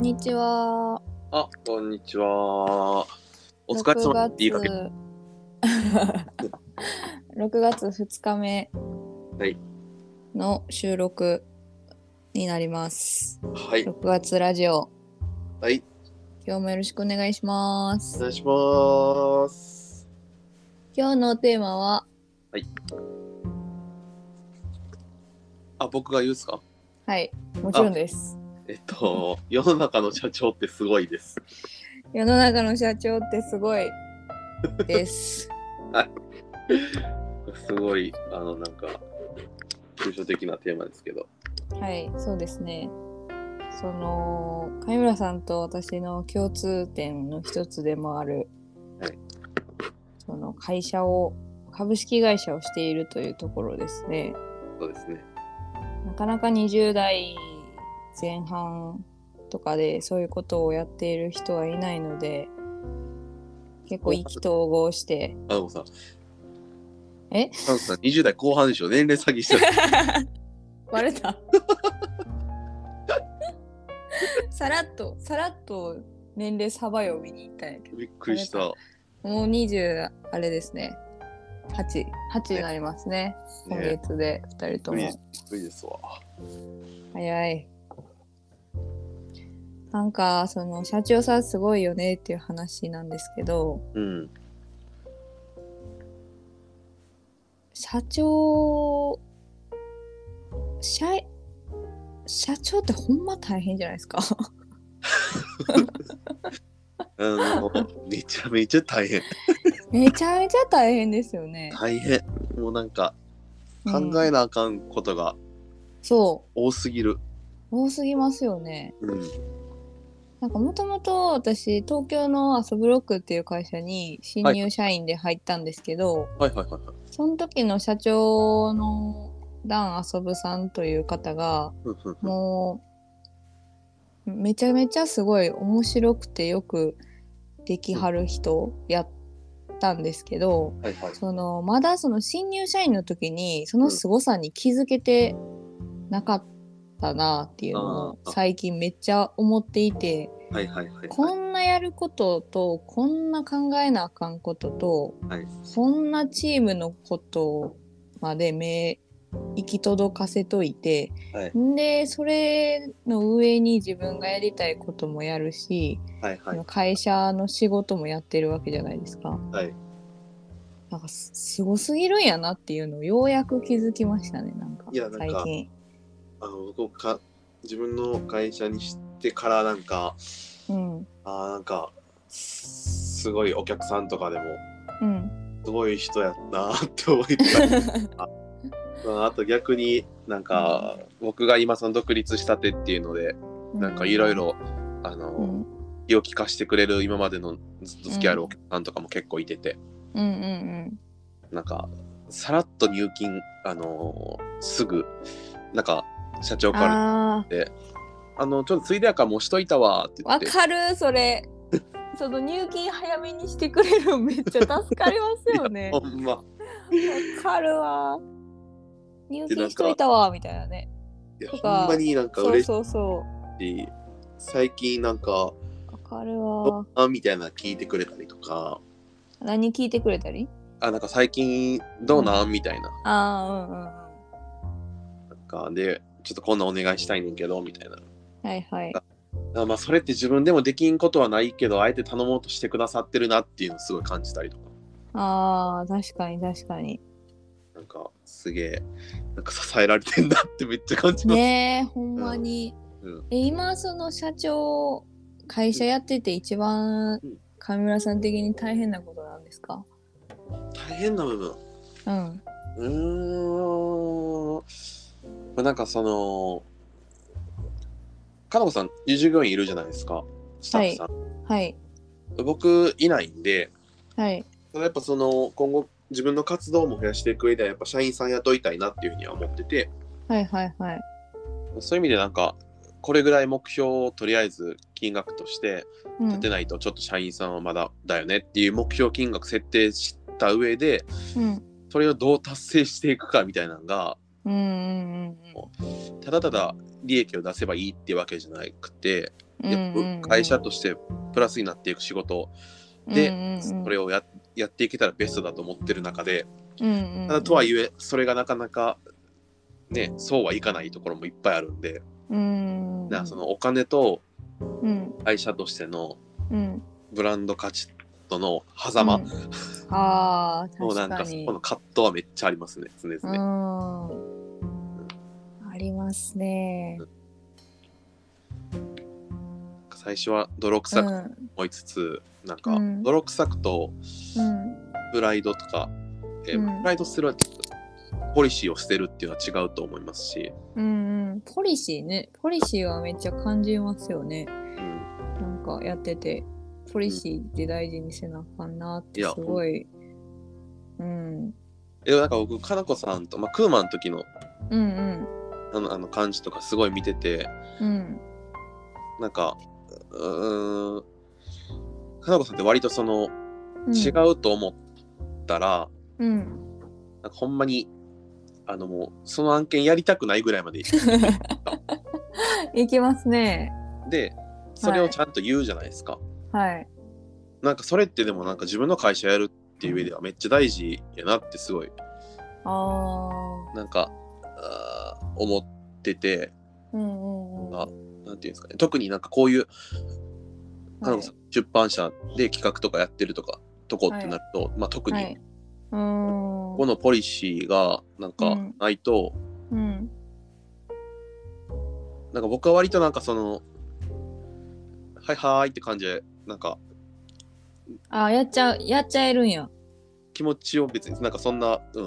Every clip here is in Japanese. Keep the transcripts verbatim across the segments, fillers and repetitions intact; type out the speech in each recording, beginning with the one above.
にちは。 あ、こんにちは。お疲れ様って言いかけ。 ろくがつふつかめの収録になります。 はい。 ろくがつラジオ。 はい。 今日もよろしくお願いします。 お願いします。 今日のテーマは、 はい。あ、僕が言うっすか？ はい、もちろんです。 えっと、世の中の社長ってすごいです。 世の中の社長ってすごいです。 はい。すごい、あの、なんか、抽象的なテーマですけど。 はい、そうですね。その、上村さんと私の共通点の一つでもある、 はい、 その会社を、株式会社をしているというところですね。 そうですね。 なかなかにじゅう代前半とかでそういうことをやっている人はいないので、結構意気投合して。 あのさ、 え？ あのさ、にじゅう代後半でしょ。年齢詐欺してる。 バレた。さらっと、さらっと年齢サバイを見に行ったんやけど。 びっくりした。 もうにじゅう、あれですね。はち、はちになりますね。ね、今月でふたりとも。びっくりですわ。 早い。なんかその社長さんすごいよねっていう話なんですけど、 うん、 社長社社長ってほんま大変じゃないですか。 あのめちゃめちゃ大変。 めちゃめちゃ大変ですよね。 大変。もうなんか考えなあかんことが、うん、 そう多すぎる。 多すぎますよね。 うん。 なんかもともと私東京のアソブロックっていう会社に新入社員で入ったんですけど、 はいはいはいはい、 その時の社長のダン・アソブさんという方がもうめちゃめちゃすごい面白くてよくできはる人やったんですけど、 はいはい、 そのまだその新入社員の時にその凄さに気づけてなかったなっていうのを最近めっちゃ思っていて、 はいはいはいはい、 こんなやることとこんな考えなあかんことと、はい、こんなチームのことまで目行き届かせといて、はい、でそれの上に自分がやりたいこともやるし、はいはい、会社の仕事もやってるわけじゃないですか。はい、なんかすごすぎるんやなっていうのをようやく気づきましたね。なんか最近。 あの僕か自分の会社にしてからなんか、うん、あなんかすごいお客さんとかでも、うん、すごい人やなって思いた。あ, あと逆になんか、うん、僕が今その独立したてっていうので、うん、なんかいろいろあの、うん、気を利かしてくれる今までのずっと付き合うお客さんとかも結構いてて、うんうんうん、なんかさらっと入金あのー、すぐなんか社長からってあのちょっとついでやからもうしといたわって言って。 わかるそれ。その入金早めにしてくれるのめっちゃ助かりますよね。 ほんま。わかるわ。入金しといたわみたいなね。 いやほんまになんか嬉しい。 そうそうそう。 最近なんかわかるわ。 あみたいな聞いてくれたりとか。 何聞いてくれたり？ あなんか最近どうなん、うん、みたいな。 あうんうんうん。 なんかでちょっとこんなお願いしたいねんけどみたいな。 はいはい。 あまあそれって自分でもできんことはないけどあえて頼もうとしてくださってるなっていうのをすごい感じたりとか。 あー確かに確かに。 なんかすげえなんか支えられてんだってめっちゃ感じますねえほんまに、うんうん、え今その社長会社やってて一番上村さん的に大変なことなんですか？ 大変な部分うんうーんなんかそのかなこさん従業員いるじゃないですかスタッフさん。はい、はい、僕いないんで、はい、やっぱその今後自分の活動も増やしていく上ではやっぱ社員さん雇いたいなっていうふうには思ってて、はいはいはい、そういう意味でなんかこれぐらい目標をとりあえず金額として立てないとちょっと社員さんはまだだよねっていう目標金額設定した上で、うん、それをどう達成していくかみたいなのが、うんうんうん、ただただ利益を出せばいいっていうわけじゃなくて、 やっぱ会社としてプラスになっていく仕事で、うんうんうん、それを や, やっていけたらベストだと思ってる中で、うんうんうん、ただとはいえそれがなかなかねそうはいかないところもいっぱいあるんで、うんうん、だからそのお金と会社としてのブランド価値との狭間、うん、あ確かにもうなんかそこの葛藤はめっちゃありますね常々、うんうん、ありますね、うん最初は泥臭く思いつつ、うん、なんか泥臭くとプライドとか、うんえー、プライドするポリシーを捨てるっていうのは違うと思いますし、 うんうん、ポリシーねポリシーはめっちゃ感じますよね、うん、なんかやっててポリシーって大事にせなあかんなってすごい、 うん、うんえなんか僕かなこさんと、まあ、クーマンの時の、うんうん、あのあの感じとかすごい見てて、うん、なんかうーんかなこさんって割とその、うん、違うと思ったら、うん、なんかほんまにあのもうその案件やりたくないぐらいまでいきますね。 でそれをちゃんと言うじゃないですか。はい。なんかそれってでもなんか自分の会社やるっていう上ではめっちゃ大事やなってすごいあなんかあ思ってて、うんうんうん、あなんていうんですかね特になんかこういうかなこさん出版社で企画とかやってるとかとこってなると、はい、まあ特に、はい、ここのポリシーがなんかないと、うんうん、なんか僕は割となんかそのはいはーいって感じでなんかあやっちゃうやっちゃえるんや気持ちを別になんかそんなうん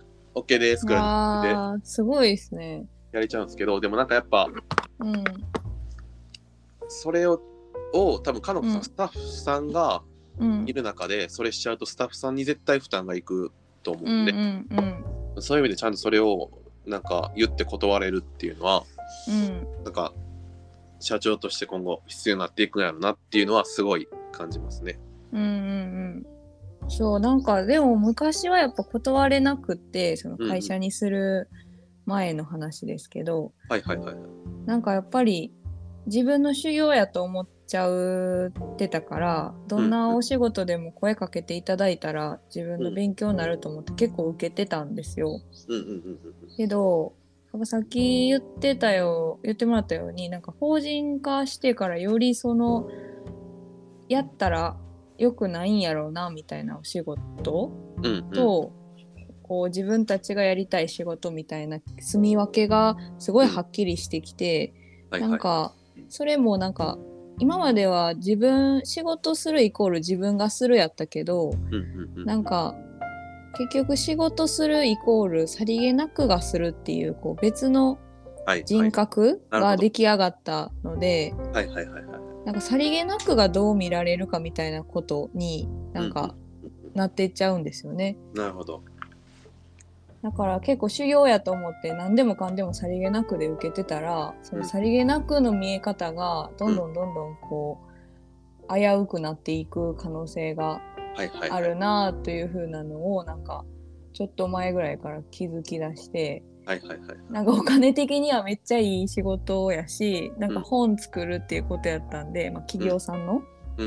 OK ですくらいあーすごいですねやれちゃうんですけどでもなんかやっぱ、うん、それをを多分かのこさん、うん、スタッフさんがいる中でそれしちゃうとスタッフさんに絶対負担がいくと思うんで、うんうんうん、そういう意味でちゃんとそれをなんか言って断れるっていうのは、うん、なんか社長として今後必要になっていくんやろうなっていうのはすごい感じますね。うんうんうんそうなんかでも昔はやっぱ断れなくってその会社にする前の話ですけど、うんうん、はいはいはいなんかやっぱり自分の修行やと思っちゃってたからどんなお仕事でも声かけていただいたら自分の勉強になると思って結構受けてたんですよ、うんうんうんうん、けどさっき言ってたよ言ってもらったようになんか法人化してからよりそのやったら良くないんやろうなみたいなお仕事と、うんうん、こう自分たちがやりたい仕事みたいな住み分けがすごいはっきりしてきて、うん、なんか、はいはい、それもなんか今までは自分仕事するイコール自分がするやったけど、うんうんうん、なんか結局仕事するイコールさりげなくがするっていう、こう別の人格が出来上がったので、はいはいはいはい、なんかさりげなくがどう見られるかみたいなことになんかなってっちゃうんですよね、 うんうん、なるほど。 だから結構修行やと思って何でもかんでもさりげなくで受けてたらそのさりげなくの見え方がどんどんどんどんこう危うくなっていく可能性があるなという風なのをなんかちょっと前ぐらいから気づき出して、はいはいはい、なんかお金的にはめっちゃいい仕事やしなんか本作るっていうことやったんで、うんまあ、企業さんの、うん、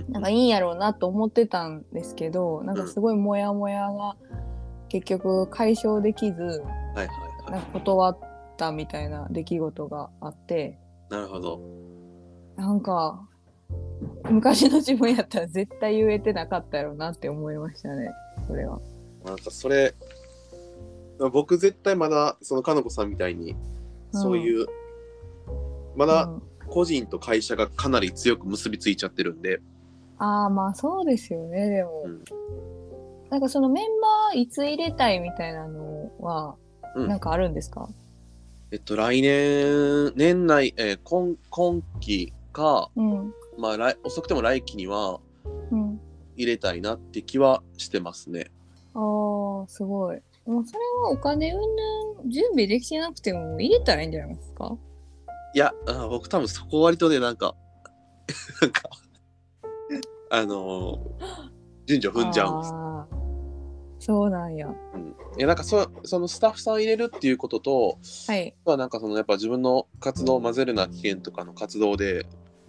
なんかいいんやろうなと思ってたんですけどなんかすごいモヤモヤが結局解消できず、はいはいはい、なんか断ったみたいな出来事があって、 なるほど。 なんか昔の自分やったら絶対言えてなかったやろうなって思いましたね。それはなんかそれ僕絶対まだそのかのこさんみたいにそういう、うん、まだ個人と会社がかなり強く結びついちゃってるんで、うん、 ああまあそうですよね。でも、うん、なんかそのメンバーいつ入れたいみたいなのはなんかあるんですか？うん、 えっと来年年内、えー、今, 今期か、うんまあ、来遅くても来期には入れたいなって気はしてますね。 うん、ああすごい。もうそれはお金うんぬん準備できてなくても入れたらいいんじゃないですか？ いやあ僕多分そこ割とねなんかなんかあのー、順序踏んじゃうんです。あそうなんや。 うん、いやなんか そ, そのスタッフさん入れるっていうことと、はい、なんかそのやっぱ自分の活動を混ぜるな危険とかの活動で、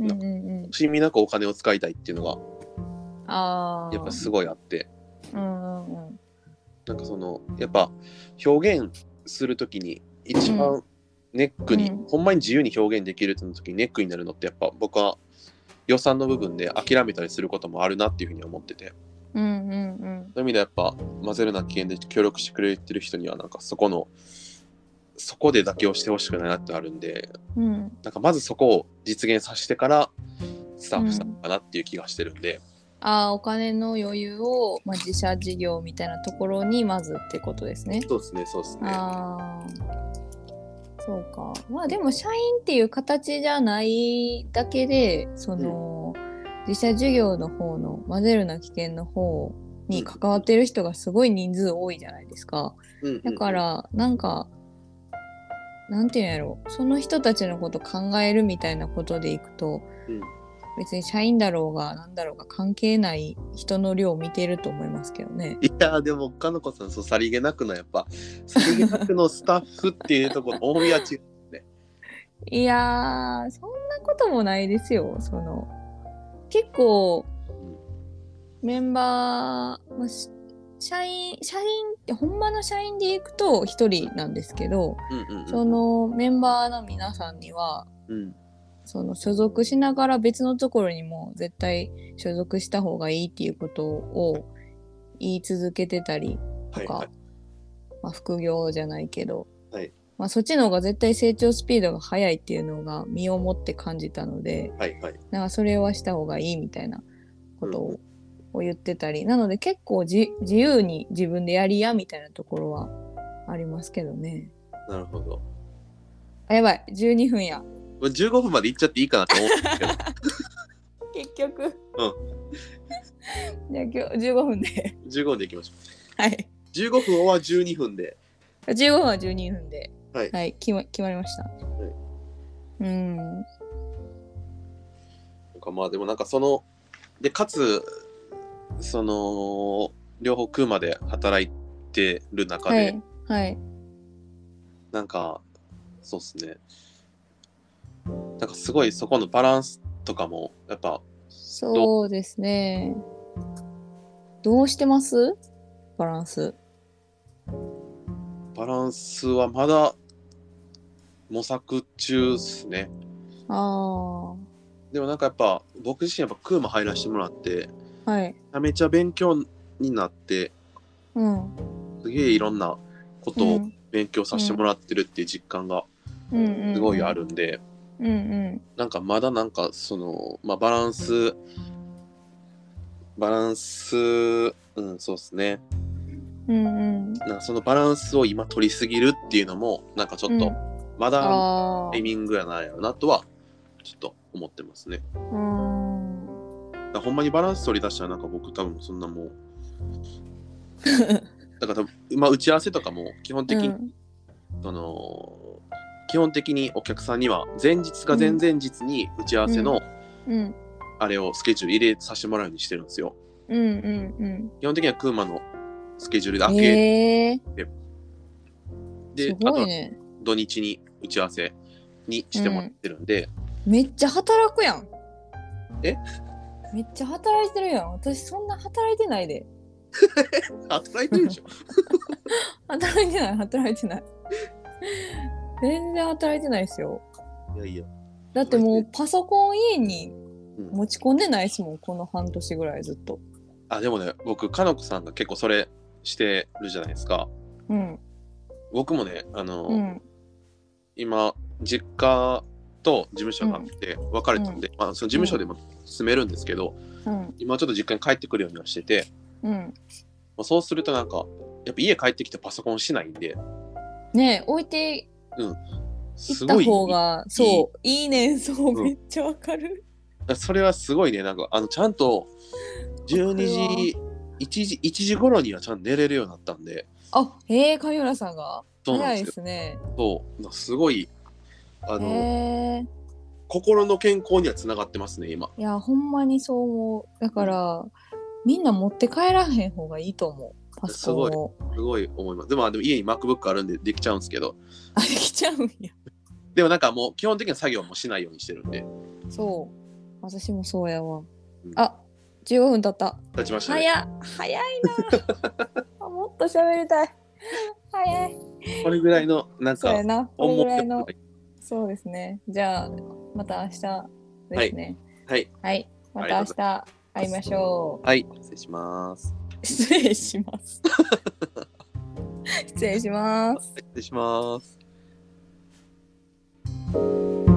うんうんうん、 惜しみなくお金を使いたいっていうのがあやっぱすごいあって、 うんうんうん、 なんかそのやっぱ表現するときに一番ネックに、うん、ほんまに自由に表現できるっての時にネックになるのってやっぱ僕は予算の部分で諦めたりすることもあるなっていうふうに思ってて、 うんうんうん、 そういう意味でやっぱ混ぜるな危険で協力してくれてる人にはなんかそこのそこで妥協してほしくないなってあるんで、うん、なんかまずそこを実現させてからスタッフさんかなっていう気がしてるんで、うん、 あお金の余裕を、まあ、自社事業みたいなところにまずってことですね。 そうですねそうですね。 あそうか。まあでも社員っていう形じゃないだけでその、うん、自社事業の方の混ぜるな危険の方に関わってる人がすごい人数多いじゃないですか。うん、だからなんかなんていうんやろその人たちのこと考えるみたいなことでいくと、うん、別に社員だろうがなんだろうが関係ない人の量を見てると思いますけどね。 いやでもかのこさんそうさりげなくのやっぱさりげなくのスタッフっていうところの重みは違うね。 いやーそんなこともないですよ。その結構、うん、メンバー、ま社員社員ってほんまの社員でいくとひとりなんですけど、うんうんうん、そのメンバーの皆さんには、うん、その所属しながら別のところにも絶対所属した方がいいっていうことを言い続けてたりとか、はいはい、まあ、副業じゃないけど、はいまあ、そっちの方が絶対成長スピードが速いっていうのが身をもって感じたので、はいはい、なんかそれはした方がいいみたいなことを、うんを言ってたりなので結構じ自由に自分でやりやみたいなところはありますけどね。 なるほど。 あやばいじゅうにふんや。 じゅうごふんまでいっちゃっていいかなと思うんですけど結局うんじゃあ今日じゅうごふんでじゅうごふんでいきましょう。 はいじゅうごふんはじゅうにふんでじゅうごふんはじゅうにふんではい、はい、決ま、決まりました。はい、うんなんかまあでもなんかそのでかつその両方クーマで働いてる中で、はいはい、なんかそうっすねなんかすごいそこのバランスとかもやっぱそうですねどうしてますバランスバランスはまだ模索中っすね。あでもなんかやっぱ僕自身やっぱクーマ入らせてもらってはい、めちゃめちゃ勉強になって、うん、すげえいろんなことを勉強させてもらってるっていう実感がすごいあるんで、うんうん、なんかまだなんかその、まあ、バランスバランスうんそうですね、うんうん、なんかそのバランスを今取りすぎるっていうのもなんかちょっとまだタイミングやないやろなとはちょっと思ってますね。うんほんまにバランス取り出したらなんか僕多分そんなもうだから多分、まあ、打ち合わせとかも基本的に、うん、その基本的にお客さんには前日か前々日に打ち合わせの、うん、あれをスケジュール入れさせてもらうようにしてるんですよ、うんうんうん、基本的にはクーマのスケジュールで開けて、で、すごいね、あと土日に打ち合わせにしてもらってるんで、 うん、めっちゃ働くやん。 えめっちゃ働いてるやん。私そんな働いてないで。 働いてるでしょ働いてない働いてない。全然働いてないですよ。 いやいや。 だってもうパソコン家に持ち込んでないですもん、うん、この半年ぐらいずっと。 あでもね僕かのこさんが結構それしてるじゃないですか。うん。僕もねあの、うん、今実家と事務所があって別れたんで、うんまあ、その事務所でも住めるんですけど、うん、今ちょっと実家に帰ってくるようにはしてて、うんまあ、そうするとなんかやっぱ家帰ってきてパソコンしないんでねえ置いて行った方が、うん、そういいねそう、めっちゃわかる。 それはすごいねなんかあのちゃんとじゅうにじいちじいちじ頃にはちゃんと寝れるようになったんで。 あへえ上浦さんがそうなんですよ。早いですね。 そうすごいあの心の健康にはつながってますね今。 いやほんまにそう思う。だから、うん、みんな持って帰らへん方がいいと思うパソコンを。 すごいすごい思います。でも、でも家に MacBook あるんでできちゃうんですけど。 あできちゃうんや。 でもなんかもう基本的な作業もしないようにしてるんで。 そう私もそうやわ。うん、あ、じゅうごふん経った。 経ちましたね。 早早いな。もっと喋りたい。早い。 これぐらいのなんか。 そうやな。これぐらいの。そうですね。じゃあまた明日ですね。 はい。 はい。はい、また明日会いましょう。はい。失礼します。 失礼します。失礼します。 失礼します。